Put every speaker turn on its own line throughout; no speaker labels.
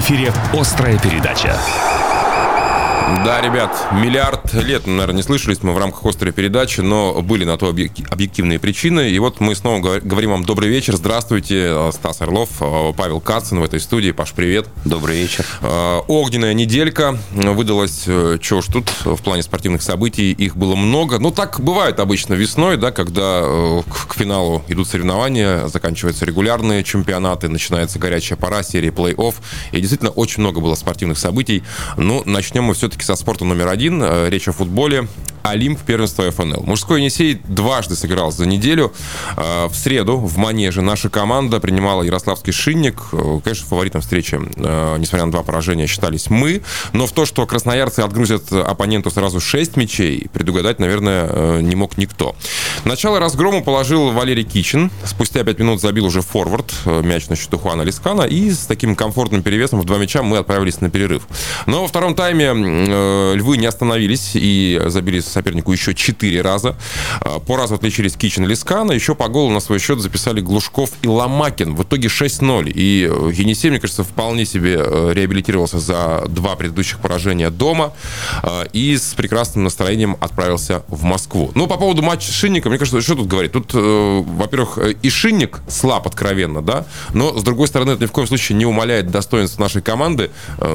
эфире «Острая передача».
Да, ребят, миллиард лет, наверное, не слышались мы в рамках «Острой передачи», но были на то объективные причины. И вот мы снова говорим вам добрый вечер. Здравствуйте, Стас Орлов, Павел Кацин в этой студии. Паш, привет.
Добрый вечер.
Огненная неделька выдалась, чего ж тут, в плане спортивных событий. Их было много. Ну, так бывает обычно весной, да, когда к финалу идут соревнования, заканчиваются регулярные чемпионаты, начинается горячая пора, серии плей-офф. И действительно очень много было спортивных событий. Ну, начнем мы все-таки со спорта номер один. Речь о футболе. Олимп, первенство ФНЛ. Мужской Енисей дважды сыграл за неделю. В среду в Манеже наша команда принимала ярославский Шинник. Конечно, фаворитом встречи, несмотря на 2 поражения, считались мы. Но в то, что красноярцы отгрузят оппоненту сразу 6 мячей, предугадать, наверное, не мог никто. Начало разгрома положил Валерий Кичин. Спустя 5 минут забил уже форвард. Мяч на счету Хуана Лискана. И с таким комфортным перевесом в 2 мяча мы отправились на перерыв. Но во втором тайме львы не остановились и забили сопернику еще 4 раза. По разу отличились Кичин и Лискана. Еще по голу на свой счет записали Глушков и Ломакин. В итоге 6-0. И Енисей, мне кажется, вполне себе реабилитировался за 2 предыдущих поражения дома. И с прекрасным настроением отправился в Москву. Ну, по поводу матча с Шинником, мне кажется, что тут говорить? Тут, во-первых, и Шинник слаб откровенно, да? Но, с другой стороны, это ни в коем случае не умаляет достоинств нашей команды.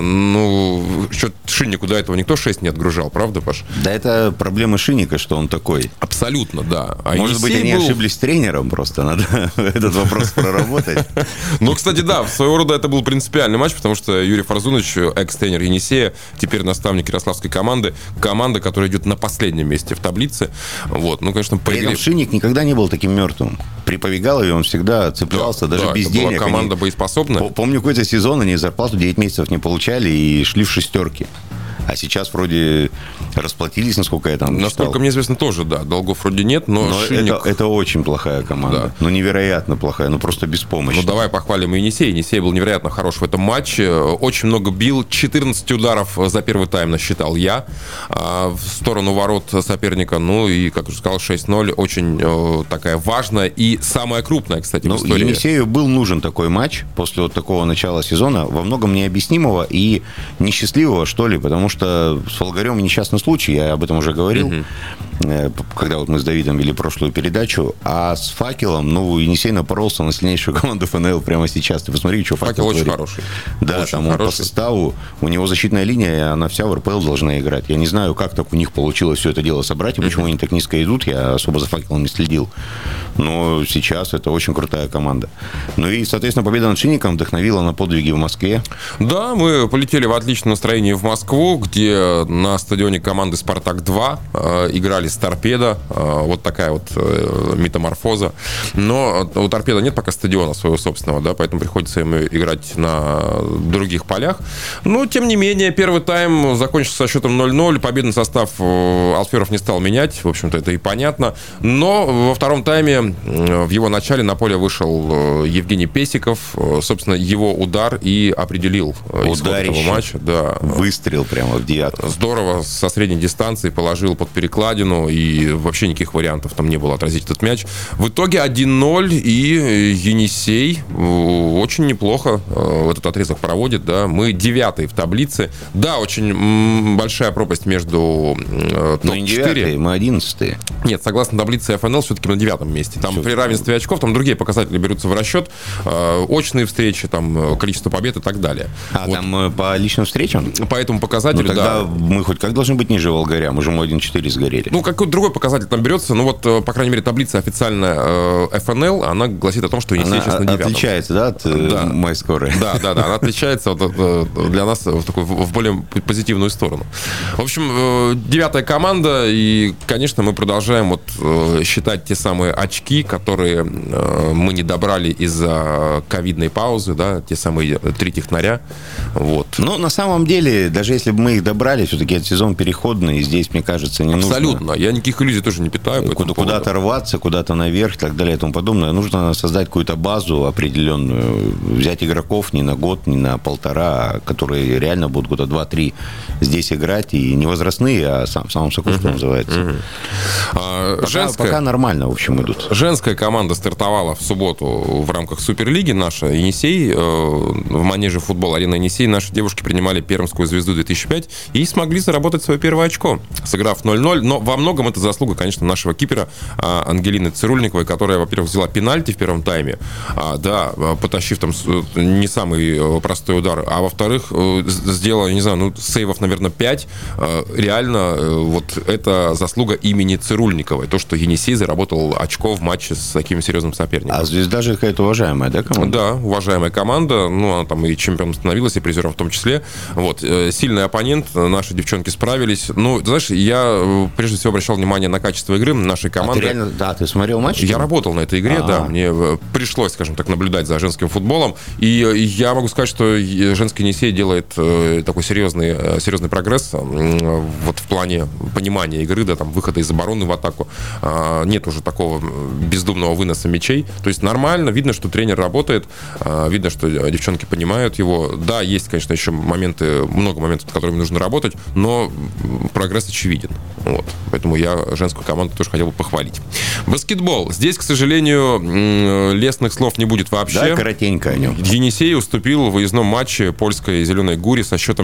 Ну, что Шиннику до этого никто 6 не отгружал, правда, Паш?
Да, это проблема Шинника, что он такой.
Абсолютно, да.
А может быть, они ошиблись тренером, просто надо этот вопрос проработать.
Ну, кстати, да, своего рода это был принципиальный матч, потому что Юрий Фарзунович, экс-тренер Енисея, теперь наставник ярославской команды, команда, которая идет на последнем месте в таблице. Вот, ну, конечно,
при этом Шинник никогда не был таким мертвым. При Повигалове он всегда цеплялся, да, даже без денег.
Была команда боеспособная.
Помню, какой-то сезон они зарплату 9 месяцев не получали и шли в шестерки. А сейчас вроде расплатились, насколько я там читал.
Насколько мне известно, тоже, да. Долгов вроде нет, но Шинник...
это очень плохая команда. Да. Ну, невероятно плохая, ну, просто беспомощная.
Ну, давай похвалим Енисей. Енисей был невероятно хорош в этом матче. Очень много бил. 14 ударов за первый тайм насчитал я в сторону ворот соперника. Ну, и, как уже сказал, 6-0. Очень такая важная и самая крупная, кстати, в истории.
Енисею был нужен такой матч после вот такого начала сезона, во многом необъяснимого и несчастливого, что ли, потому что с Волгарем несчастный случай, я об этом уже говорил, когда вот мы с Давидом вели прошлую передачу, а с Факелом, ну, Енисей напоролся на сильнейшую команду ФНЛ прямо сейчас. Ты посмотри, что Факел
очень
творит.
Хороший.
Да,
очень
там хороший. Он по составу, у него защитная линия, она вся в РПЛ должна играть. Я не знаю, как так у них получилось все это дело собрать, и почему они так низко идут, я особо за Факелом не следил. Но сейчас это очень крутая команда. Ну и, соответственно, победа над Шинником вдохновила на подвиги в Москве.
Да, мы полетели в отличном настроении в Москву, где на стадионе команды «Спартак-2» играли с «Торпедо». Вот такая вот метаморфоза. Но у «Торпедо» нет пока стадиона своего собственного, да, поэтому приходится им играть на других полях. Но, тем не менее, первый тайм закончился со счетом 0-0. Победный состав Алферов не стал менять. В общем-то, это и понятно. Но во втором тайме в его начале на поле вышел Евгений Песиков. Собственно, его удар и определил исход этого матча. Да.
Выстрел прямо в девятку.
Здорово, со средней дистанции положил под перекладину, и вообще никаких вариантов там не было отразить этот мяч. В итоге 1-0, и Енисей очень неплохо этот отрезок проводит. Да. Мы 9-й в таблице. Да, очень большая пропасть между топ-4.
Мы не 9-й, мы 11-й.
Нет, согласно таблице ФНЛ, все-таки на 9-м месте. Там при равенстве очков, там другие показатели берутся в расчет. Очные встречи, там количество побед и так далее.
А вот. Там по личным встречам?
По этому показателю,
тогда
да.
Мы хоть как должны быть ниже Волгаря? Мы же 1-4 сгорели.
Ну, какой-то другой показатель там берется. Ну, вот, по крайней мере, таблица официальная ФНЛ, она гласит о том, что Енисей сейчас на 9-м.
Отличается, да, от MyScore?
Да, она отличается для нас в более позитивную сторону. В общем, 9-я команда, и, конечно, мы продолжаем вот считать те самые очки, которые мы не добрали из-за ковидной паузы, да, те самые 3 технаря. Вот.
Ну, на самом деле, даже если бы мы мы их добрали, все-таки это сезон переходный, и здесь, мне кажется, не нужно...
Абсолютно. Я никаких иллюзий тоже не питаю.
Куда-то рваться, куда-то наверх и так далее и тому подобное. Нужно создать какую-то базу определенную, взять игроков не на год, не на полтора, которые реально будут года 2-3 здесь играть, и не возрастные, а в самом соку, что называется. Пока нормально, в общем, идут.
Женская команда стартовала в субботу в рамках Суперлиги. Наша Енисей, в манеже футбол-арена Енисей, наши девушки принимали Пермскую звезду 2005 и смогли заработать свое первое очко, сыграв 0-0. Но во многом это заслуга, конечно, нашего кипера Ангелины Цирульниковой, которая, во-первых, взяла пенальти в первом тайме, потащив там не самый простой удар, а во-вторых, сделала, не знаю, сейвов, наверное, 5. Реально, вот это заслуга имени Цирульниковой, то, что Енисей заработал очко в матче с таким серьезным соперником.
А «Звезда» же какая-то уважаемая, да, команда?
Да, уважаемая команда. Она там и чемпионом становилась, и призером в том числе. Вот. Сильный оппонент. Наши девчонки справились. Ты знаешь, я прежде всего обращал внимание на качество игры нашей команды.
Ты смотрел матч?
Я работал на этой игре, да. Мне пришлось, скажем так, наблюдать за женским футболом. И я могу сказать, что женский Енисей делает такой серьезный прогресс вот в плане понимания игры, да, там, выхода из обороны в атаку. Нет уже такого бездумного выноса мячей. То есть нормально, видно, что тренер работает, видно, что девчонки понимают его. Да, есть, конечно, еще много моментов, над которыми нужно работать, но прогресс очевиден. Вот. Поэтому я женскую команду тоже хотел бы похвалить. Баскетбол. Здесь, к сожалению, лестных слов не будет вообще.
Да, коротенько о нем.
Енисей уступил в выездном матче польской «Зеленой Гури» со счетом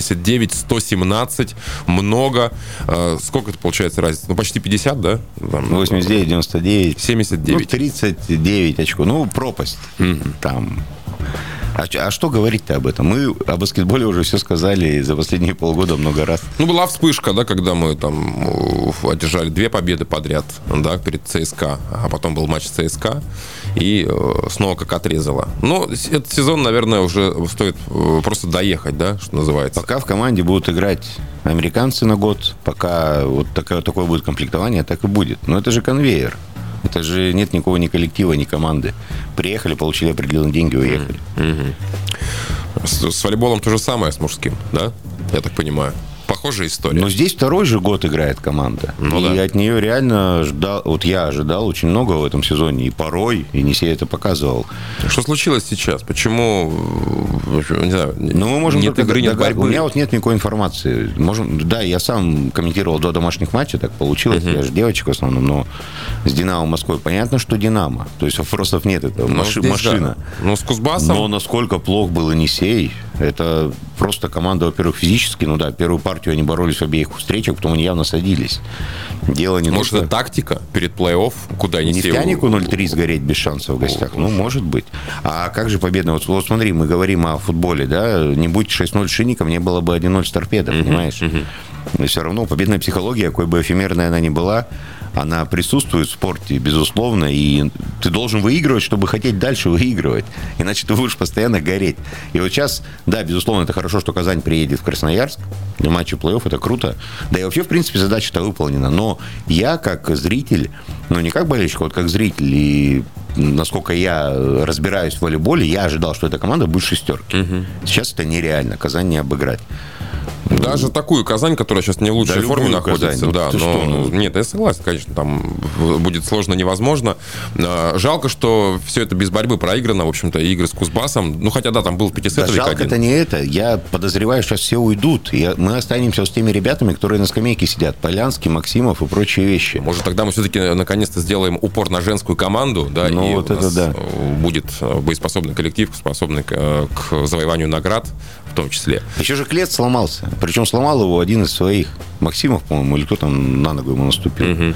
79-117. Много. Сколько это получается разница? Почти 50, да?
89, 99.
79.
39 очков. Пропасть. Там... А что говорить-то об этом? Мы о баскетболе уже все сказали за последние полгода много раз.
Была вспышка, да, когда мы там одержали 2 победы подряд, да, перед ЦСКА, а потом был матч ЦСКА, и снова как отрезало. Этот сезон, наверное, уже стоит просто доехать, да, что называется.
Пока в команде будут играть американцы на год, пока вот такое будет комплектование, так и будет. Но это же конвейер. Это же нет никакого ни коллектива, ни команды. Приехали, получили определенные деньги, уехали.
С волейболом то же самое, с мужским, да? Я так понимаю. Похожая история.
Но здесь второй же год играет команда. И от нее реально я ожидал очень много в этом сезоне. И порой Енисей это показывал.
Что случилось сейчас? Почему, не знаю,
мы можем
нет игры, нет борьбы?
У меня нет никакой информации. Я сам комментировал 2 домашних матча, так получилось. Я же девочек в основном, но с «Динамо» Москвой понятно, что «Динамо». То есть вопросов нет. Это машина.
Да. С Кузбассом...
Но насколько плох был Енисей, это просто команда, во-первых, физически. Первую партию они боролись в обеих встречах, потом они явно садились. Дело не
может, это тактика перед плей-офф, куда Енисей...
Нефтянику 0-3 сгореть без шансов в гостях? Может быть. А как же победа? Вот смотри, мы говорим о футболе, да? Не будь 6-0 Шинником, не было бы 1-0 с Торпедо, понимаешь? Но все равно победная психология, какой бы эфемерной она ни была, она присутствует в спорте, безусловно, и ты должен выигрывать, чтобы хотеть дальше выигрывать. Иначе ты будешь постоянно гореть. И вот сейчас, да, безусловно, это хорошо, что Казань приедет в Красноярск на матче плей-офф, это круто. Да и вообще, в принципе, задача-то выполнена. Но я, как зритель, не как болельщик, а вот как зритель, и насколько я разбираюсь в волейболе, я ожидал, что эта команда будет 6. Сейчас это нереально. Казань не обыграть.
Даже такую Казань, которая сейчас не в лучшей форме находится.
Казань,
да, нет, я согласен, конечно, там будет сложно невозможно. Жалко, что все это без борьбы проиграно, в общем-то, игры с Кузбассом. Хотя, да, там был 5-сетовик.
Жалко-то не это. Я подозреваю, сейчас все уйдут. Мы останемся с теми ребятами, которые на скамейке сидят. Полянский, Максимов и прочие вещи.
Может, тогда мы все-таки наконец-то сделаем упор на женскую команду, да, и
вот у нас
будет боеспособный коллектив, способный к завоеванию наград в том числе.
Еще же Клец сломался. Причем сломал его один из своих. Максимов, по-моему, или кто там на ногу ему наступил.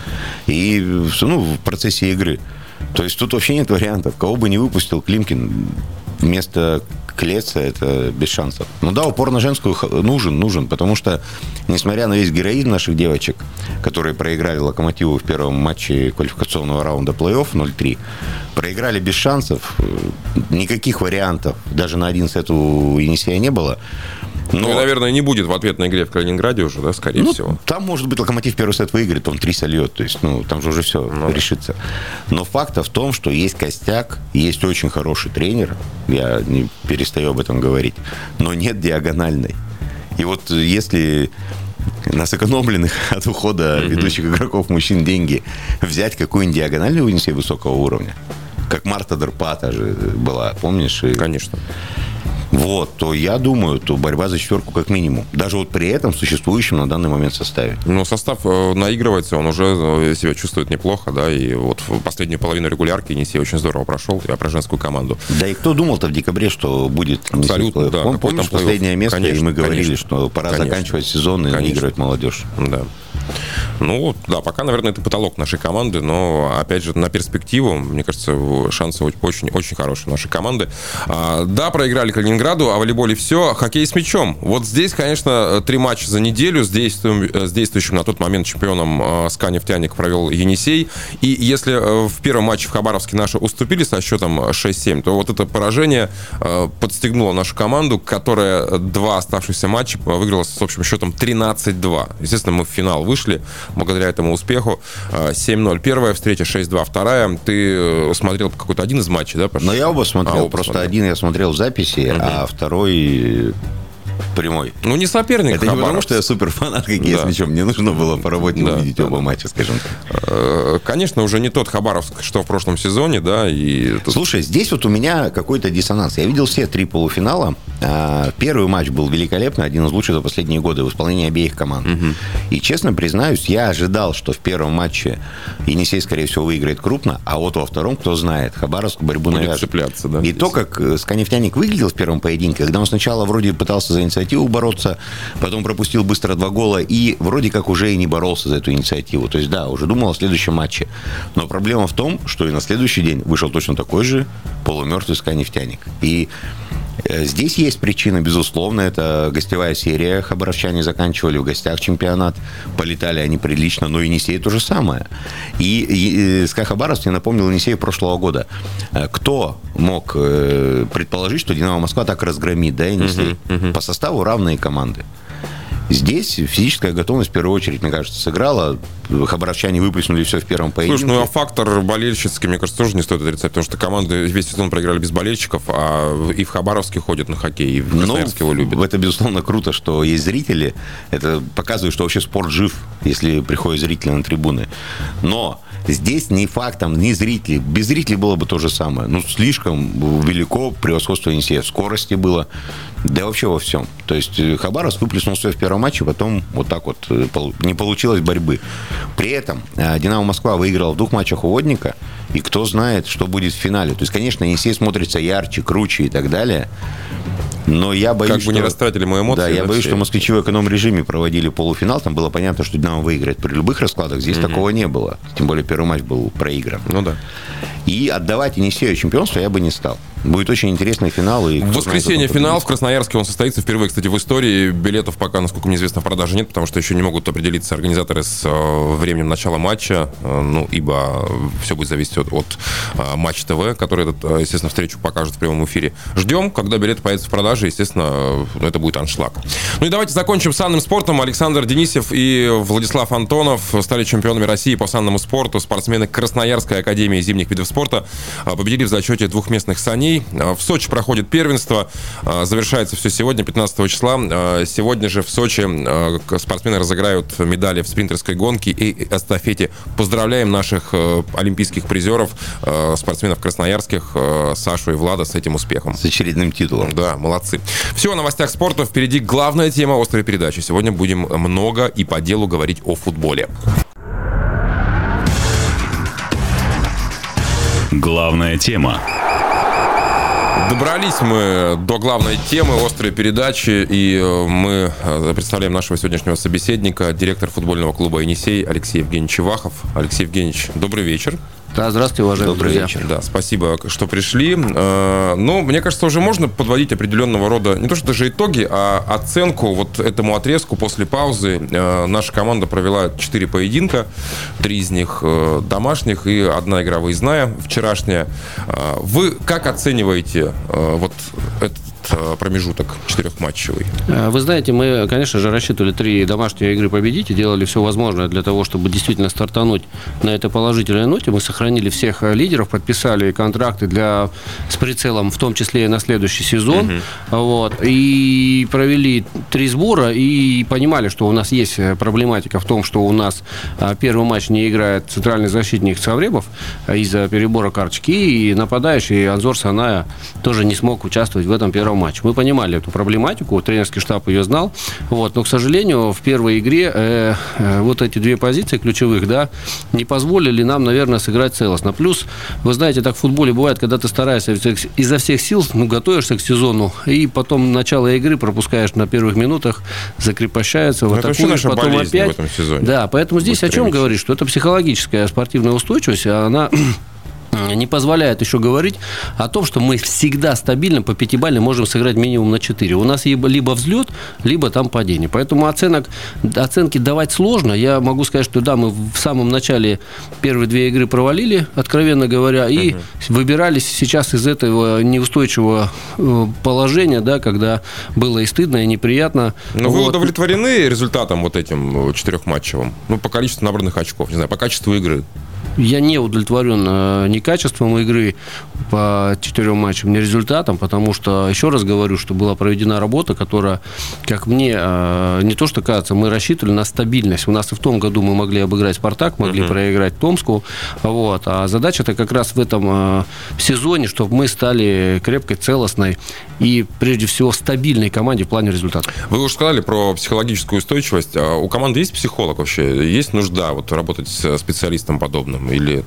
И в процессе игры. То есть тут вообще нет вариантов. Кого бы не выпустил Климкин вместо Клеца, это без шансов. Упор на женскую нужен, потому что, несмотря на весь героизм наших девочек, которые проиграли Локомотиву в первом матче квалификационного раунда плей-офф 0-3, проиграли без шансов, никаких вариантов, даже на один сет у Енисея не было.
И, наверное, не будет в ответной игре в Калининграде уже, да, скорее всего.
Там, может быть, Локомотив первый сет выиграет, он 3 сольет. То есть, там же уже все решится. Но факт в том, что есть костяк, есть очень хороший тренер. Я не перестаю об этом говорить. Но нет диагональной. И вот если на сэкономленных от ухода ведущих игроков мужчин деньги взять какую-нибудь диагональную Енисей высокого уровня, как Марта Дерпата же была, помнишь?
Конечно.
Вот, то я думаю, то борьба за четверку как минимум. Даже вот при этом существующем на данный момент составе.
Ну, состав наигрывается, он уже себя чувствует неплохо, да, и вот в последнюю половину регулярки Енисей очень здорово прошел, я про женскую команду.
Да и кто думал-то в декабре, что будет
абсолютно, да.
Помнишь последнее место,
конечно,
и мы говорили,
конечно,
что пора заканчивать сезон и наигрывать молодежь.
Да. Ну, да, пока, наверное, это потолок нашей команды, но, опять же, на перспективу, мне кажется, шансы очень хорошие у нашей команды. Да, проиграли Калининграду, а в волейболе все. Хоккей с мячом. Вот здесь, конечно, 3 матча за неделю с действующим на тот момент чемпионом СКА «Нефтяник» провел Енисей. И если в первом матче в Хабаровске наши уступили со счетом 6-7, то вот это поражение подстегнуло нашу команду, которая 2 оставшихся матча выиграла с общим счетом 13-2. Естественно, мы в финал вышли благодаря этому успеху. 7-0 первая встреча, 6-2 вторая. Ты смотрел какой-то один из матчей, да, Паша?
Ну, я оба смотрел. Просто смотрел. Один я смотрел в записи, а второй прямой.
Ну, не соперник.
Это не потому, что я суперфанат хоккея с мячом. Мне нужно было по работе увидеть оба матча, скажем так.
Конечно, уже не тот Хабаровск, что в прошлом сезоне, да. И тут...
Слушай, здесь вот у меня какой-то диссонанс. Я видел все 3 полуфинала. Первый матч был великолепный, один из лучших за последние годы в исполнении обеих команд. И, честно признаюсь, я ожидал, что в первом матче Енисей, скорее всего, выиграет крупно, а вот во втором, кто знает, Хабаровск борьбу навяжет.
Цепляться, да.
И то, как СКА «Нефтяник» выглядел в первом поединке, когда он сначала вроде пытался за инициативу бороться, потом пропустил быстро 2 гола и вроде как уже и не боролся за эту инициативу. То есть, да, уже думал о следующем матче. Но проблема в том, что и на следующий день вышел точно такой же полумертвый СКА «Нефтяник». И здесь есть причина, безусловно, это гостевая серия. Хабаровчане заканчивали в гостях чемпионат, полетали они прилично, но Енисей то же самое. И СКА Хабаровск мне напомнил Енисей прошлого года. Кто мог предположить, что «Динамо Москва» так разгромит, да, Енисей? По составу равные команды. Здесь физическая готовность в первую очередь, мне кажется, сыграла. Хабаровчане выплеснули все в первом поединке.
Слушай, ну а фактор болельщицкий, мне кажется, тоже не стоит отрицать, потому что команды весь сезон проиграли без болельщиков, а и в Хабаровске ходят на хоккей, и в Красноярске его любят.
Это, безусловно, круто, что есть зрители. Это показывает, что вообще спорт жив, если приходят зрители на трибуны. Но здесь не фактом, не зрители. Без зрителей было бы то же самое. Ну, слишком велико превосходство Енисея в скорости было, да и вообще во всем. То есть Хабаровск выплеснул все в первом матче, потом вот так вот не получилось борьбы. При этом «Динамо Москва» выиграла в 2 матчах у Водника, и кто знает, что будет в финале. То есть, конечно, Енисей смотрится ярче, круче и так далее. Но я боюсь,
как бы не растратили мои эмоции.
Да, я боюсь, что москвичи в эконом-режиме проводили полуфинал. Там было понятно, что «Динамо» выиграет. При любых раскладах здесь такого не было. Тем более первый матч был проигран.
Ну да.
И отдавать Енисею чемпионство я бы не стал. Будет очень интересный финал. И
в воскресенье финал в Красноярске, он состоится впервые, кстати, в истории. Билетов пока, насколько мне известно, в продаже нет, потому что еще не могут определиться организаторы с временем начала матча. Ну, ибо все будет зависеть от Матч ТВ, который, естественно, встречу покажет в прямом эфире. Ждем, когда билеты появятся в продаже, естественно, это будет аншлаг. Ну и давайте закончим санным спортом. Александр Денисев и Владислав Антонов стали чемпионами России по санному спорту. Спортсмены Красноярской академии зимних видов спорта победили в зачете двухместных саней. В Сочи проходит первенство. Завершается все сегодня, 15 числа. Сегодня же в Сочи спортсмены разыграют медали в спринтерской гонке и эстафете. Поздравляем наших олимпийских призеров, спортсменов красноярских, Сашу и Влада с этим успехом.
С очередным титулом.
Да, молодцы. Все, о новостях спорта. Впереди главная тема острой передачи. Сегодня будем много и по делу говорить о футболе.
Главная тема.
Добрались мы до главной темы острой передачи, и мы представляем нашего сегодняшнего собеседника, директор футбольного клуба «Енисей» Алексей Евгеньевич Ивахов. Алексей Евгеньевич, добрый вечер.
Да, здравствуйте, уважаемые друзья.
Вечер. Да, спасибо, что пришли. Ну, мне кажется, уже можно подводить определенного рода, не то что даже итоги, а оценку вот этому отрезку после паузы. Наша команда провела 4 поединка, 3 из них домашних и 1 игра выездная, вчерашняя. Вы как оцениваете вот этот промежуток 4-матчевый?
Вы знаете, мы, конечно же, рассчитывали 3 домашние игры победить и делали все возможное для того, чтобы действительно стартануть на этой положительной ноте. Мы сохранили всех лидеров, подписали контракты с прицелом, в том числе и на следующий сезон. Вот, и провели 3 сбора и понимали, что у нас есть проблематика в том, что у нас первый матч не играет центральный защитник Савребов из-за перебора карточки, и нападающий Анзор Саная тоже не смог участвовать в этом первом матче. Мы понимали эту проблематику, тренерский штаб ее знал, вот, но, к сожалению, в первой игре вот эти 2 позиции ключевых, да, не позволили нам, наверное, сыграть целостно. Плюс, вы знаете, так в футболе бывает, когда ты стараешься изо всех сил, готовишься к сезону, и потом начало игры пропускаешь на первых минутах, закрепощается, вот атакуешь, потом опять.
В этом сезоне.
Да, поэтому здесь о чем говорить, что это психологическая спортивная устойчивость, она не позволяет еще говорить о том, что мы всегда стабильно по 5-бальной можем сыграть минимум на 4. У нас либо взлет, либо там падение. Поэтому оценки давать сложно. Я могу сказать, что да, мы в самом начале первые 2 игры провалили, откровенно говоря, и выбирались сейчас из этого неустойчивого положения, да, когда было и стыдно, и неприятно.
Но вы удовлетворены результатом вот этим 4-матчевым? Ну, по количеству набранных очков, не знаю, по качеству игры?
Я не удовлетворен ни качеством игры по 4 матчам, ни результатом, потому что, еще раз говорю, что была проведена работа, которая, как мне, не то что кажется, мы рассчитывали на стабильность. У нас и в том году мы могли обыграть «Спартак», могли проиграть Томску. Вот. А задача-то как раз в этом сезоне, чтобы мы стали крепкой, целостной и, прежде всего, стабильной команде в плане результата.
Вы уже сказали про психологическую устойчивость. А у команды есть психолог вообще? Есть нужда вот работать с специалистом подобным? Или...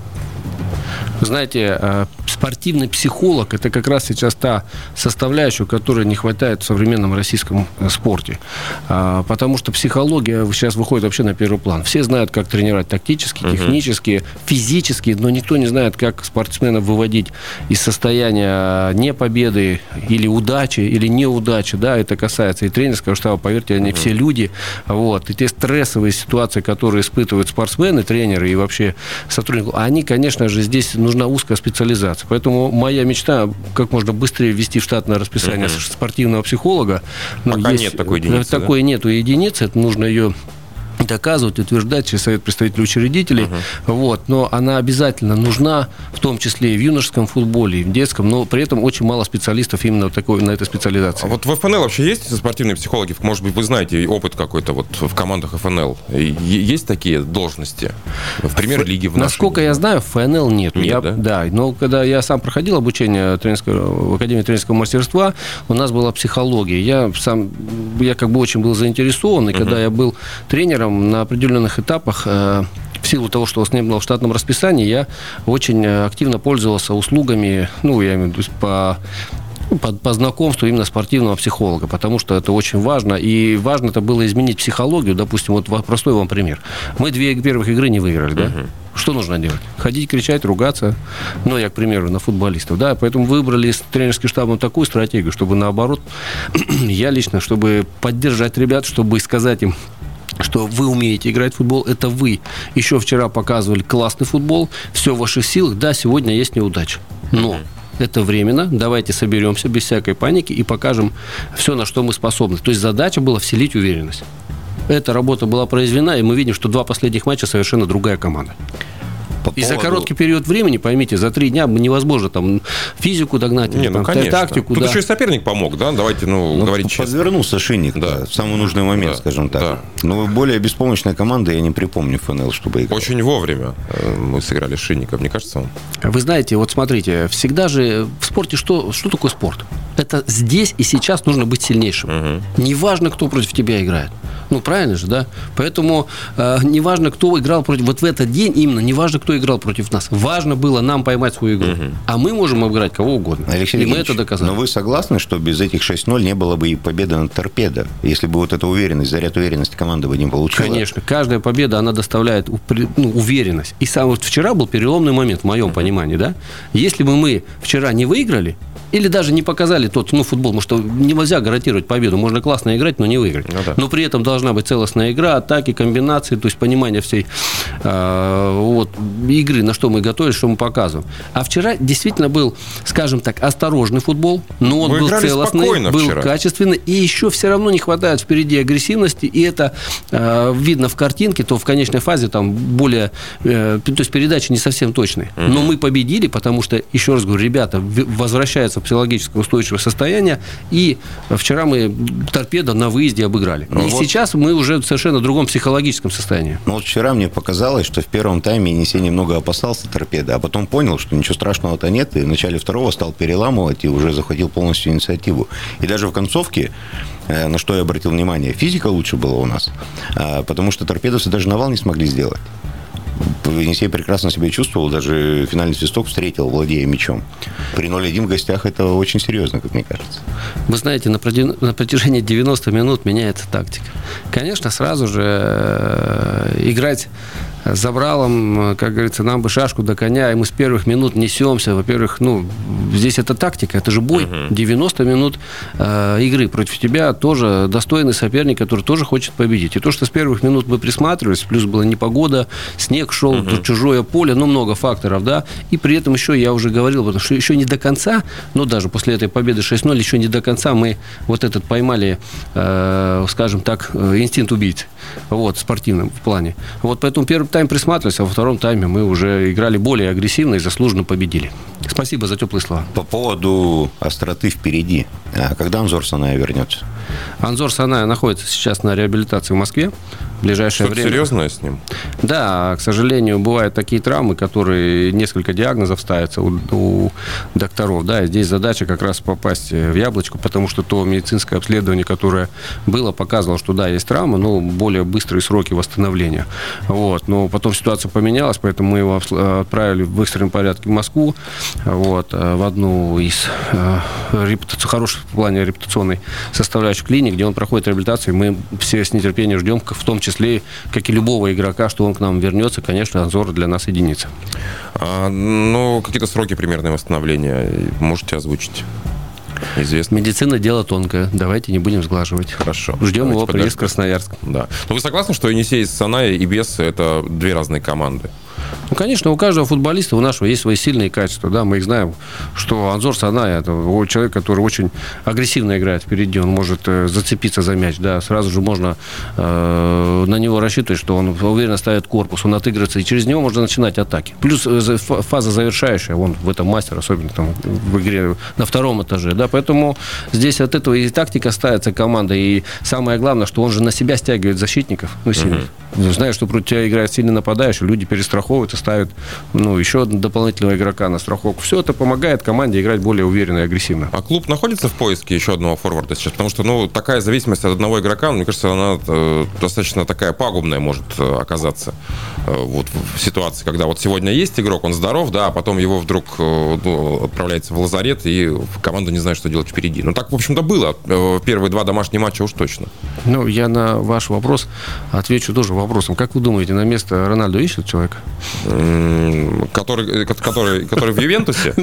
Знаете, спортивный психолог – это как раз сейчас та составляющая, которой не хватает в современном российском спорте. Потому что психология сейчас выходит вообще на первый план. Все знают, как тренировать тактически, технически, физически, но никто не знает, как спортсменов выводить из состояния непобеды или удачи, или неудачи. Да, это касается и тренерского штаба, поверьте, они все люди. Вот. И те стрессовые ситуации, которые испытывают спортсмены, тренеры и вообще сотрудники, они, конечно же, здесь нужна узкая специализация. Поэтому моя мечта как можно быстрее ввести в штатное расписание спортивного психолога. Но
пока нет такой единицы.
Такой нету единицы, это нужно ее доказывать, утверждать через совет представителей учредителей. Вот. Но она обязательно нужна, в том числе и в юношеском футболе, и в детском, но при этом очень мало специалистов именно на этой специализации.
А вот в ФНЛ вообще есть спортивные психологи? Может быть, вы знаете опыт какой-то вот в командах ФНЛ? Есть такие должности в премьер-лиге?
Насколько я знаю, в ФНЛ нет.
Да?
Но когда я сам проходил обучение в Академии тренерского мастерства, у нас была психология. Я как бы очень был заинтересован, и когда я был тренером на определенных этапах, в силу того, что у нас не было в штатном расписании, я очень активно пользовался услугами, я имею в виду по знакомству именно спортивного психолога, потому что это очень важно. И важно это было изменить психологию. Допустим, вот простой вам пример. Мы 2 первых игры не выиграли, да? Что нужно делать? Ходить, кричать, ругаться. Я, к примеру, на футболистов. Да? Поэтому выбрали с тренерским штабом такую стратегию, чтобы наоборот, я лично, чтобы поддержать ребят, чтобы сказать им, что вы умеете играть в футбол, это вы еще вчера показывали классный футбол, все в ваших силах, да, сегодня есть неудача, но это временно, давайте соберемся без всякой паники и покажем все, на что мы способны. То есть задача была вселить уверенность. Эта работа была произведена, и мы видим, что 2 последних матча совершенно другая команда. И за короткий период времени, поймите, за 3 дня невозможно там физику догнать, тактику.
Тут еще и соперник помог, да? Давайте, говорить честно.
Подвернулся шинник в самый нужный момент, скажем так.
Да.
Но более беспомощной команды я не припомню ФНЛ, чтобы играть.
Очень вовремя мы сыграли шинников, мне кажется, вам?
Вы знаете, вот смотрите, всегда же в спорте что такое спорт? Это здесь и сейчас нужно быть сильнейшим. Неважно, кто против тебя играет. Правильно же, да? Поэтому неважно, кто играл против... Вот в этот день именно, неважно, кто играл против нас. Важно было нам поймать свою игру. А мы можем обыграть кого угодно.
Алексей
и мы это доказали.
Но вы согласны, что без этих 6-0 не было бы и победы над «Торпедо», если бы вот эта уверенность, заряд уверенности команда бы не получила?
Конечно. Каждая победа, она доставляет уверенность. И вот вчера был переломный момент, в моем понимании, да? Если бы мы вчера не выиграли, или даже не показали тот футбол, потому что нельзя гарантировать победу. Можно классно играть, но не выиграть. Но при этом должна должна быть целостная игра, атаки, комбинации, то есть понимание всей игры, на что мы готовились, что мы показываем. А вчера действительно был, скажем так, осторожный футбол, но он был целостный, был качественный, и еще все равно не хватает впереди агрессивности, и это видно в картинке, то в конечной фазе там более, то есть передачи не совсем точные. Но мы победили, потому что, еще раз говорю, ребята возвращаются в психологическое устойчивое состояние, и вчера мы Торпедо на выезде обыграли. И сейчас мы уже в совершенно другом психологическом состоянии.
Ну вот вчера мне показалось, что в первом тайме Енисей немного опасался Торпедо, а потом понял, что ничего страшного-то нет, и в начале второго стал переламывать и уже захватил полностью инициативу. И даже в концовке, на что я обратил внимание, физика лучше была у нас, потому что торпедовцы даже навал не смогли сделать. Енисей прекрасно себя чувствовал, даже финальный свисток встретил, владея мячом. При 0-1 в гостях это очень серьезно, как мне кажется.
Вы знаете, на протяжении 90 минут меняется тактика. Конечно, сразу же играть забралом, как говорится, нам бы шашку до коня, и мы с первых минут несемся. Во-первых, здесь это тактика, это же бой. 90 минут игры против тебя тоже достойный соперник, который тоже хочет победить. И то, что с первых минут мы присматривались, плюс была непогода, снег шел, чужое поле, много факторов, да, и при этом еще, я уже говорил, потому что еще не до конца, даже после этой победы 6-0, еще не до конца мы вот этот поймали, скажем так, инстинкт убийцы, в спортивном плане. Поэтому первый тайм присматривались, а во втором тайме мы уже играли более агрессивно и заслуженно победили. Спасибо за теплые слова.
По поводу остроты впереди. Когда Анзор Саная вернется?
Анзор Саная находится сейчас на реабилитации в Москве. В ближайшее время.
Серьезное с ним?
Да, к сожалению, бывают такие травмы, которые несколько диагнозов ставятся у докторов. Да, и здесь задача как раз попасть в яблочко, потому что то медицинское обследование, которое было, показывало, что да, есть травма, но более быстрые сроки восстановления. Но потом ситуация поменялась, поэтому мы его отправили в экстренном порядке в Москву, в одну из хороших в плане репутационной составляющих клиник, где он проходит реабилитацию. Мы все с нетерпением ждем, в том числе, как и любого игрока, что он к нам вернется. Конечно, Анзор для нас единица.
Какие-то сроки примерного восстановления можете озвучить? Известно.
Медицина – дело тонкое. Давайте не будем сглаживать.
Хорошо.
Ждем его приезд в Красноярск.
Да. Вы согласны, что Енисей с Саная и без – это две разные команды?
Конечно, у каждого футболиста, у нашего есть свои сильные качества. Да, мы их знаем, что Анзор Саная – это человек, который очень агрессивно играет впереди. Он может зацепиться за мяч. Да, сразу же можно на него рассчитывать, что он уверенно ставит корпус, он отыгрывается, и через него можно начинать атаки. Плюс фаза завершающая, он в этом мастер, особенно там в игре на втором этаже. Да, поэтому здесь от этого и тактика ставится команда. И самое главное, что он же на себя стягивает защитников. Сильных. Знаю, что против тебя играет сильный нападающий, люди перестраховываются, ставят еще дополнительного игрока на страховку. Все это помогает команде играть более уверенно и агрессивно.
А клуб находится в поиске еще одного форварда сейчас? Потому что такая зависимость от одного игрока, мне кажется, она достаточно такая пагубная может оказаться в ситуации, когда сегодня есть игрок, он здоров, да, а потом его вдруг отправляется в лазарет, и команда не знает, что делать впереди. Так, в общем-то, было. Первые два домашних матча уж точно.
Я на ваш вопрос отвечу тоже вопросом. Как вы думаете, на место Рональдо ищет человека?
Который в Ювентусе?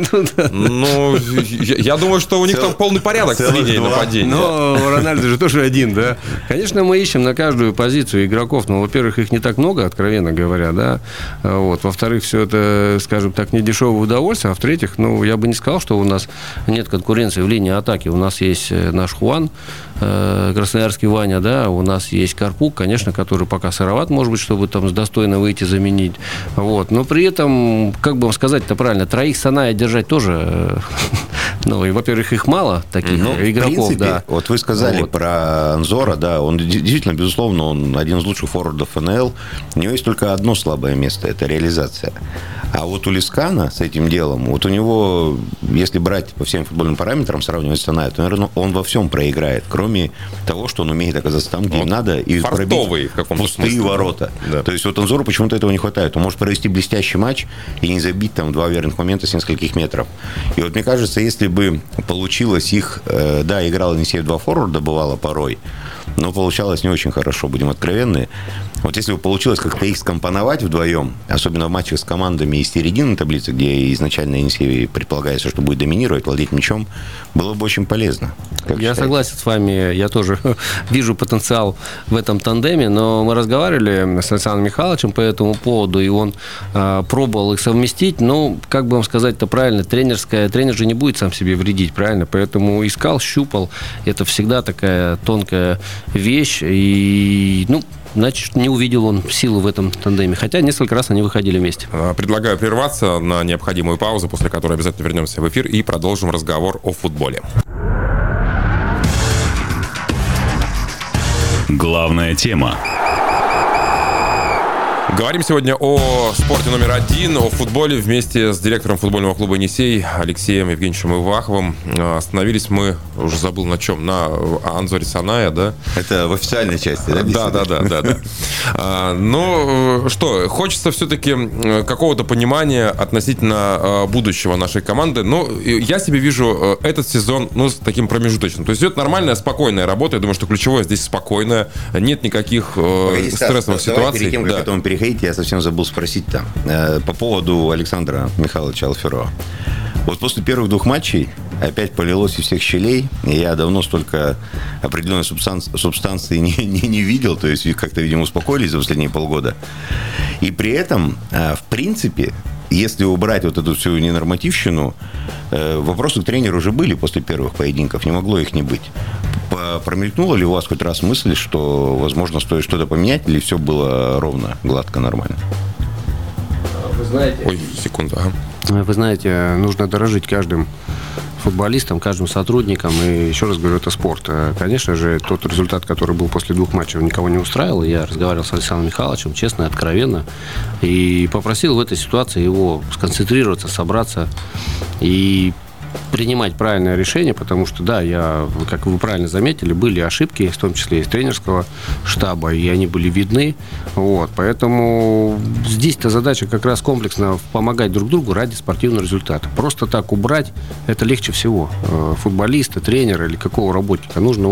Я думаю, что у них там полный порядок с линией нападения.
Но Рональдо же тоже один, да? Конечно, мы ищем на каждую позицию игроков, но, во-первых, их не так много, откровенно говоря, да? Во-вторых, все это, скажем так, не дешевое удовольствие, а в-третьих, я бы не сказал, что у нас нет конкуренции в линии атаки. У нас есть наш Хуан, красноярский Ваня, да, у нас есть Карпук, конечно, который пока сыроват, может быть, чтобы там достойно выйти, заменить. Но при этом, как бы вам сказать-то правильно, троих Саная держать тоже, и, во-первых, их мало, таких игроков. В принципе,
да. Вы сказали про Анзора, да, он действительно, безусловно, он один из лучших форвардов ФНЛ. У него есть только одно слабое место – это реализация. А у Лискана с этим делом, у него, если брать по всем футбольным параметрам, сравнивать с Саная, то, наверное, он во всем проиграет, кроме того, что он умеет оказаться там, где надо, и пробить пустые ворота. Да. То есть Анзору почему-то этого не хватает. Он может провести блестящий матч и не забить там два верных момента с нескольких метров. И мне кажется, если бы получилось их, играл Енисей в два форварда, бывало порой, но получалось не очень хорошо, будем откровенны. Вот если бы получилось как-то их скомпоновать вдвоем, особенно в матчах с командами из середины таблицы, где изначально Енисей предполагается, что будет доминировать, владеть мячом, было бы очень полезно.
Я согласен с вами, я тоже вижу потенциал в этом тандеме, но мы разговаривали с Александром Михайловичем по этому поводу, и он пробовал их совместить, но, как бы вам сказать-то правильно, тренер же не будет сам себе вредить, правильно? Поэтому искал, щупал, это всегда такая тонкая вещь, и, значит, не увидел он силу в этом тандеме. Хотя несколько раз они выходили вместе.
Предлагаю прерваться на необходимую паузу, после которой обязательно вернемся в эфир и продолжим разговор о футболе.
Главная тема.
Говорим сегодня о спорте номер один, о футболе вместе с директором футбольного клуба «Енисей» Алексеем Евгеньевичем Иваховым. Остановились мы, уже забыл на чем, на Анзоре Саная, да?
Это в официальной части, да?
Да. Ну, что, хочется все-таки какого-то понимания относительно будущего нашей команды. Но я себе вижу этот сезон, с таким промежуточным. То есть идет нормальная, спокойная работа. Я думаю, что ключевое здесь спокойная. Нет никаких стрессовых ситуаций.
Перед тем, как к этому переходить, я совсем забыл спросить там по поводу Александра Михайловича Алферова. Вот после первых 2 матчей опять полилось из всех щелей. И я давно столько определенной субстанции не видел. То есть как-то, видимо, успокоились за последние полгода. И при этом, в принципе, если убрать вот эту всю ненормативщину, вопросы к тренеру уже были после первых поединков. Не могло их не быть. Промелькнула ли у вас хоть раз мысль, что, возможно, стоит что-то поменять, или все было ровно, гладко, нормально?
Вы знаете...
Ой, секунду, ага.
Вы знаете, нужно дорожить каждым футболистом, каждым сотрудником. И еще раз говорю, это спорт. Конечно же, тот результат, который был после 2 матчей, никого не устраивал. Я разговаривал с Александром Михайловичем честно и откровенно. И попросил в этой ситуации его сконцентрироваться, собраться и принимать правильное решение, потому что, да, как вы правильно заметили, были ошибки, в том числе из тренерского штаба, и они были видны. Вот, поэтому здесь-то задача как раз комплексно помогать друг другу ради спортивного результата. Просто так убрать это легче всего. Футболиста, тренера или какого работника нужно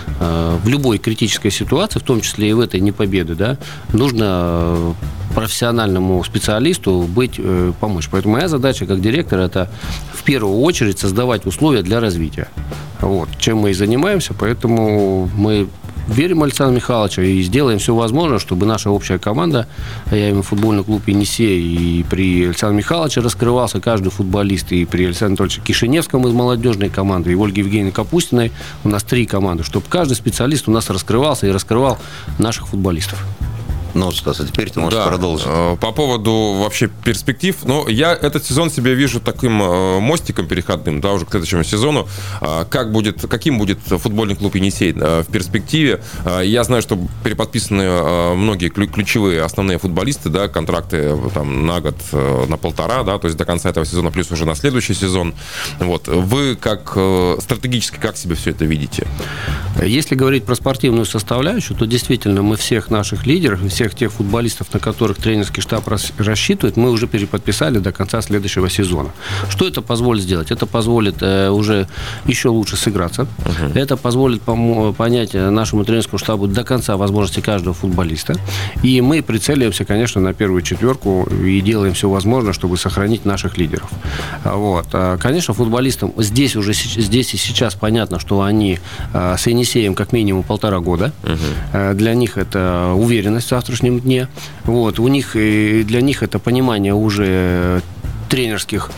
в любой критической ситуации, в том числе и в этой непобеды, да, нужно профессиональному специалисту помочь. Поэтому моя задача как директора — это в первую очередь создавать условия для развития. Вот. Чем мы и занимаемся, поэтому мы верим в Александра Михайловича и сделаем все возможное, чтобы наша общая команда, я имею в виду футбольный клуб «Енисей», и при Александре Михайловиче раскрывался каждый футболист, и при Александре Анатольевиче Кишиневском из молодежной команды, и Ольге Евгеньевне Капустиной у нас 3 команды, чтобы каждый специалист у нас раскрывался и раскрывал наших футболистов.
Ну, Стас, а теперь ты можешь продолжить.
По поводу вообще перспектив. Я этот сезон себе вижу таким мостиком переходным, да, уже к следующему сезону. Каким будет футбольный клуб «Енисей» в перспективе. Я знаю, что переподписаны многие ключевые основные футболисты, да, контракты там, на год, на 1,5, да, то есть до конца этого сезона, плюс уже на следующий сезон. Вот. Вы стратегически как себе все это видите?
Если говорить про спортивную составляющую, то действительно мы всех наших лидеров, всех тех футболистов, на которых тренерский штаб рассчитывает, мы уже переподписали до конца следующего сезона. Что это позволит сделать? Это позволит уже еще лучше сыграться. Это позволит понять нашему тренерскому штабу до конца возможности каждого футболиста. И мы прицеливаемся, конечно, на первую 4 и делаем все возможное, чтобы сохранить наших лидеров. Вот. Конечно, футболистам здесь и сейчас понятно, что они с Енисеем как минимум 1,5 года. Для них это уверенность в завтрашнем дне. Вот. Для них это понимание уже тренерских,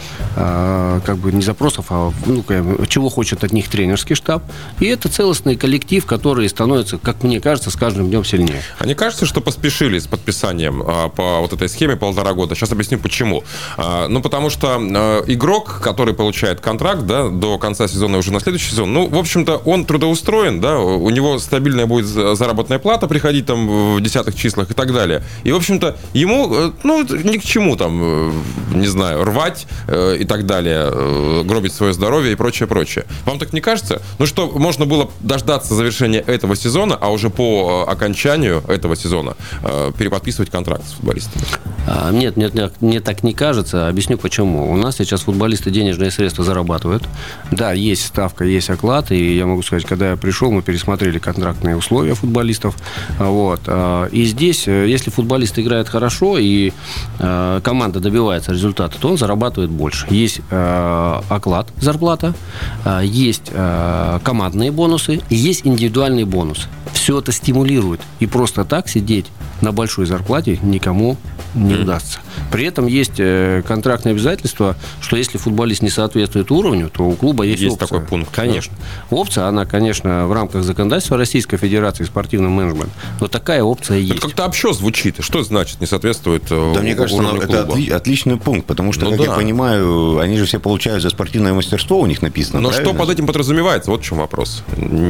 не запросов, а чего хочет от них тренерский штаб. И это целостный коллектив, который становится, как мне кажется, с каждым днем сильнее.
А не кажется, что поспешили с подписанием по вот этой схеме 1,5 года? Сейчас объясню, почему. Потому что игрок, который получает контракт, да, до конца сезона уже на следующий сезон, в общем-то, он трудоустроен, да, у него стабильная будет заработная плата приходить там в десятых числах и так далее. И, в общем-то, ему, ни к чему там, не знаю, рвать и так далее, гробить свое здоровье и прочее, прочее. Вам так не кажется? Ну что, можно было дождаться завершения этого сезона, а уже по окончанию этого сезона переподписывать контракт с футболистами?
Нет, мне так не кажется. Объясню почему. У нас сейчас футболисты денежные средства зарабатывают. Да, есть ставка, есть оклад. И я могу сказать, когда я пришел, мы пересмотрели контрактные условия футболистов. Вот. И здесь, если футболист играет хорошо и команда добивается результата, то он зарабатывает больше. Есть оклад, зарплата, есть командные бонусы и есть индивидуальные бонусы. Все это стимулирует. И просто так сидеть на большой зарплате никому не удастся. При этом есть контрактные обязательства, что если футболист не соответствует уровню, то у клуба есть опция.
Такой пункт.
Конечно. Да? Опция, она, конечно, в рамках законодательства Российской Федерации спортивный менеджмент, но такая опция есть.
Это как-то общо звучит. Что значит не соответствует
Да, мне кажется,
уровню клуба?
Это отличный пункт, потому что, я понимаю, они же все получают за спортивное мастерство, у них написано.
Но
правильно?
что под этим подразумевается? Вот в чем вопрос.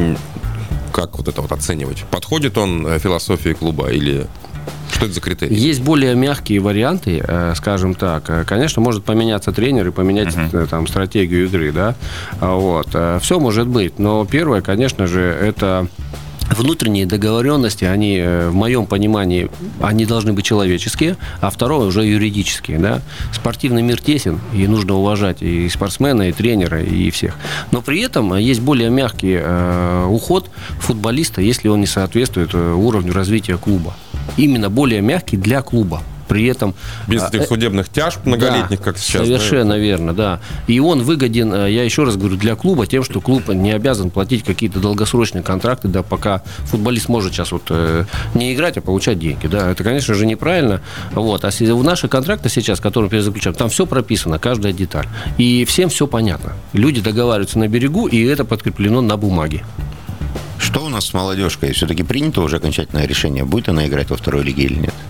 Как вот это вот оценивать? Подходит он философии клуба или... Что это за критерии?
Есть более мягкие варианты, скажем так. Конечно, может поменяться тренер и поменять там, стратегию игры, да. Вот. Все может быть. Но первое, конечно же, это внутренние договоренности, они, в моем понимании, они должны быть человеческие, а второе уже юридические, да. Спортивный мир тесен, и нужно уважать и спортсмена, и тренера, и всех. Но при этом есть более мягкий уход футболиста, если он не соответствует уровню развития клуба. Именно более мягкий для клуба. При этом...
Без этих судебных тяжб многолетних,
да,
как сейчас.
Совершенно верно, да. И он выгоден, я еще раз говорю, для клуба тем, что клуб не обязан платить какие-то долгосрочные контракты, да, пока футболист может сейчас вот не играть, а получать деньги. Да. Это, конечно же, неправильно. Вот. А в наши контракты сейчас, которые мы перезаключаем, там все прописано, каждая деталь. И всем все понятно. Люди договариваются на берегу, и это подкреплено на бумаге.
Что у нас с молодежкой? Все-таки принято уже окончательное решение, будет она играть во второй лиге или нет?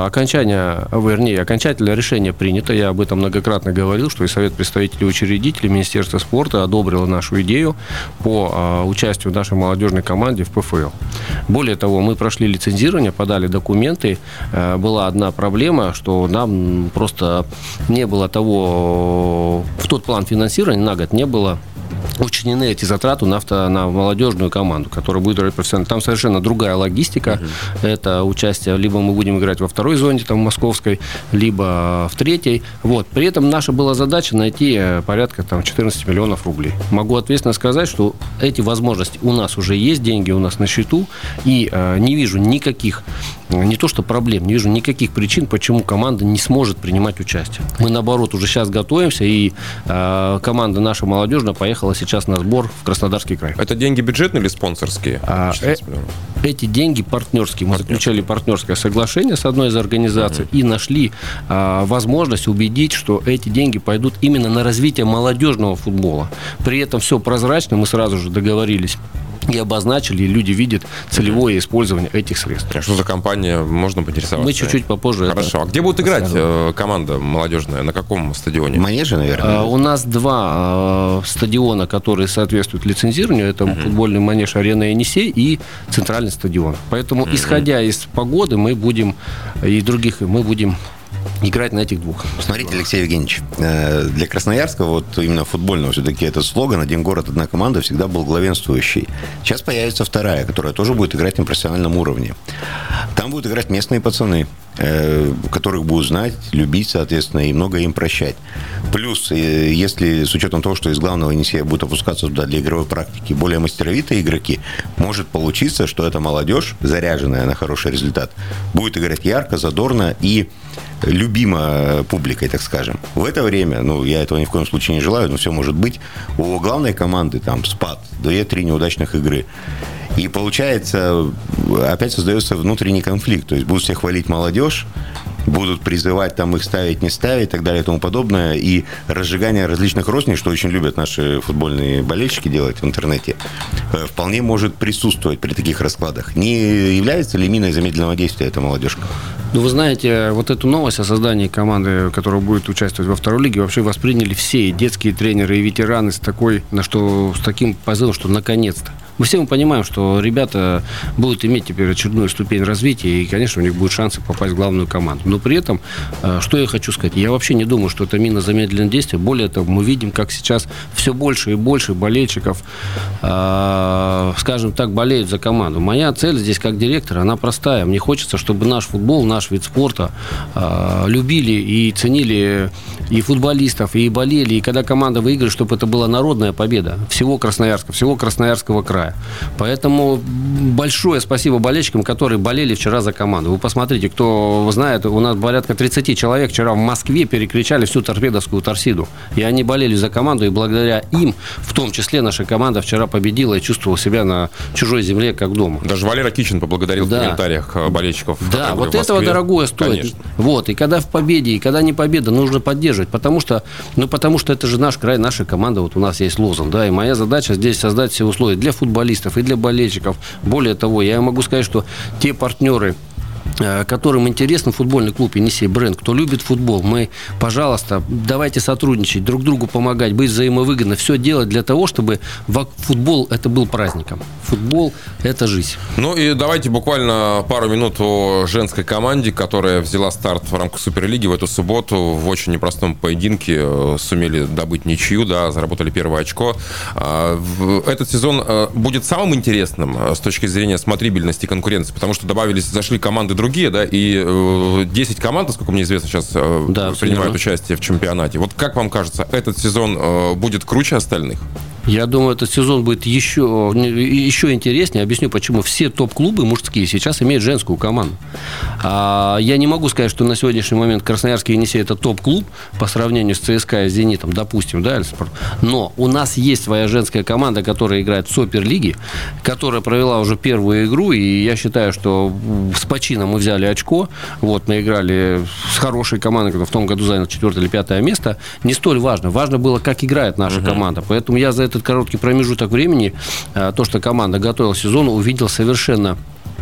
Окончательное решение принято. Я об этом многократно говорил, что и Совет представителей учредителей Министерства спорта одобрило нашу идею по участию в нашей молодежной команде в ПФЛ. Более того, мы прошли лицензирование, подали документы. Была одна проблема, что нам просто не было того... В тот план финансирования на год не было учтены эти затраты на молодежную команду, которая будет играть профессионально. Там совершенно другая логистика. Это участие, либо мы будем играть во второй зоне, там, московской, либо в третьей. Вот. При этом наша была задача найти порядка там, 14 миллионов рублей. Могу ответственно сказать, что эти возможности у нас уже есть, деньги у нас на счету, и не вижу никаких, не то что проблем, не вижу никаких причин, почему команда не сможет принимать участие. Мы, наоборот, уже сейчас готовимся, и команда наша молодежная поехала сейчас на сбор в Краснодарский край.
Это деньги бюджетные или спонсорские?
Эти деньги партнерские. Мы заключали партнерское соглашение с одной из организаций и нашли возможность убедить, что эти деньги пойдут именно на развитие молодежного футбола. При этом все прозрачно, мы сразу же договорились и обозначили, и люди видят целевое использование этих средств.
А что за компания, можно поинтересоваться?
Мы чуть-чуть попозже.
Хорошо. А где будет играть команда молодежная? На каком стадионе?
Манеже, наверное.
У нас два стадиона, которые соответствуют лицензированию. Это футбольный манеж «Арена Енисей» и центральный стадион. Поэтому, исходя из погоды, мы будем играть на этих двух.
Смотрите, Алексей Евгеньевич, для Красноярска, вот именно футбольного, все-таки этот слоган «Один город, одна команда» всегда был главенствующий. Сейчас появится вторая, которая тоже будет играть на профессиональном уровне. Там будут играть местные пацаны, которых будут знать, любить, соответственно, и много им прощать. Плюс, если с учетом того, что из главного Енисея будут опускаться туда для игровой практики более мастеровитые игроки, может получиться, что эта молодежь, заряженная на хороший результат, будет играть ярко, задорно и любима публикой, так скажем. В это время, я этого ни в коем случае не желаю, но все может быть, у главной команды там спад, 2-3 неудачных игры. И получается, опять создается внутренний конфликт. То есть будут все хвалить молодежь, будут призывать там их ставить, не ставить и так далее и тому подобное. И разжигание различных розней, что очень любят наши футбольные болельщики делать в интернете, вполне может присутствовать при таких раскладах. Не является ли миной замедленного действия эта молодежка?
Вы знаете, вот эту новость о создании команды, которая будет участвовать во второй лиге, вообще восприняли все, и детские тренеры, и ветераны с таким позывом, что наконец-то. мы понимаем, что ребята будут иметь теперь очередную ступень развития, и, конечно, у них будут шансы попасть в главную команду. Но при этом, что я хочу сказать, я вообще не думаю, что это мина замедленного действия. Более того, мы видим, как сейчас все больше и больше болельщиков, скажем так, болеют за команду. Моя цель здесь, как директор, она простая. Мне хочется, чтобы наш футбол, наш вид спорта любили и ценили и футболистов, и болели. И когда команда выиграет, чтобы это была народная победа всего Красноярска, всего Красноярского края. Поэтому большое спасибо болельщикам, которые болели вчера за команду. Вы посмотрите, кто знает, у нас порядка 30 человек вчера в Москве перекричали всю торпедовскую торсиду. И они болели за команду, и благодаря им, в том числе, наша команда вчера победила и чувствовала себя на чужой земле, как дома.
Даже Валера Кичин поблагодарил в комментариях болельщиков.
Да, вот этого дорогое стоит. Конечно. Вот, и когда в победе, и когда не победа, нужно поддерживать, потому что это же наш край, наша команда, вот у нас есть лозунг, да, и моя задача здесь создать все условия для футболистов и для болельщиков. Более того, я могу сказать, что те партнеры, которым интересен футбольный клуб «Енисей Бренд», кто любит футбол, мы, пожалуйста, давайте сотрудничать, друг другу помогать, быть взаимовыгодно, все делать для того, чтобы футбол это был праздником. Футбол – это жизнь.
Ну и давайте буквально пару минут о женской команде, которая взяла старт в рамках Суперлиги в эту субботу. В очень непростом поединке сумели добыть ничью, да, заработали первое очко. Этот сезон будет самым интересным с точки зрения смотрибельности и конкуренции, потому что зашли команды другие, да, и 10 команд, насколько мне известно, сейчас принимают участие в чемпионате. Вот как вам кажется, этот сезон будет круче остальных?
Я думаю, этот сезон будет еще интереснее. Объясню, почему. Все топ-клубы мужские сейчас имеют женскую команду. Я не могу сказать, что на сегодняшний момент Красноярский Енисей – это топ-клуб по сравнению с ЦСКА и Зенитом, допустим, да, но у нас есть своя женская команда, которая играет в Суперлиге, которая провела уже первую игру, и я считаю, что с почином мы взяли очко. Вот, мы играли с хорошей командой, которая в том году заняла 4 или 5 место. Не столь важно. Важно было, как играет наша команда. Поэтому я за этот короткий промежуток времени, то, что команда готовила сезон, увидел совершенно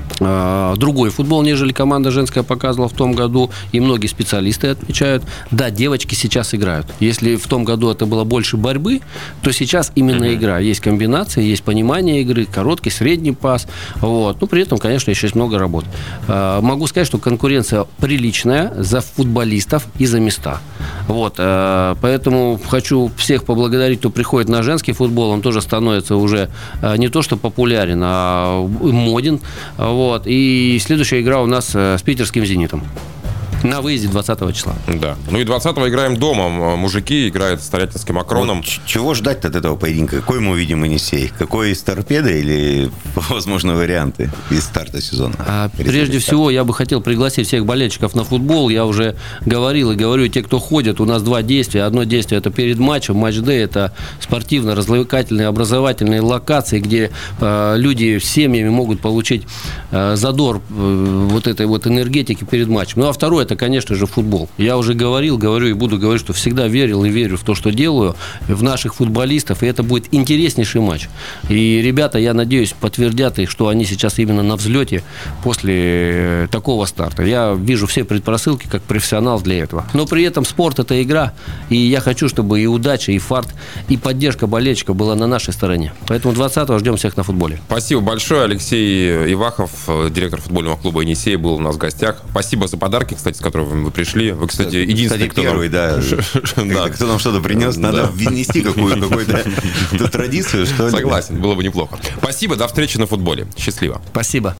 другой футбол, нежели команда женская показывала в том году, и многие специалисты отмечают, да, девочки сейчас играют. Если в том году это было больше борьбы, то сейчас именно игра. Есть комбинации, есть понимание игры, короткий, средний пас. Вот. Но при этом, конечно, еще есть много работ. Могу сказать, что конкуренция приличная за футболистов и за места. Вот. Поэтому хочу всех поблагодарить, кто приходит на женский футбол. Он тоже становится уже не то что популярен, а моден. Вот. И следующая игра у нас с питерским «Зенитом». На выезде 20 числа.
Да. Ну и 20-го играем дома. Мужики играют с Тольяттинским «Акроном».
Вот чего ждать-то от этого поединка? Какой мы увидим Енисей? Какой из торпеды или, возможно, варианты из старта сезона?
Прежде всего, я бы хотел пригласить всех болельщиков на футбол. Я уже говорил и говорю, те, кто ходят, у нас 2 действия. Одно действие – это перед матчем. Матч-дэй – это спортивно-развлекательные, образовательные локации, где люди с семьями могут получить задор вот этой вот энергетики перед матчем. Ну, а второе – это, конечно же, футбол. Я уже говорил и буду говорить, что всегда верил и верю в то, что делаю, в наших футболистов, и это будет интереснейший матч. И ребята, я надеюсь, подтвердят, что они сейчас именно на взлете после такого старта. Я вижу все предпосылки как профессионал для этого. Но при этом спорт – это игра, и я хочу, чтобы и удача, и фарт, и поддержка болельщиков была на нашей стороне. Поэтому 20-го ждем всех на футболе.
Спасибо большое. Алексей Ивахов, директор футбольного клуба «Енисей», был у нас в гостях. Спасибо за подарки, кстати, с которым вы пришли. Вы, кстати, единственный, кто
первый, кто нам что-то принес. Надо внести какую-то традицию, что ли.
Согласен, было бы неплохо. Спасибо, до встречи на футболе. Счастливо.
Спасибо.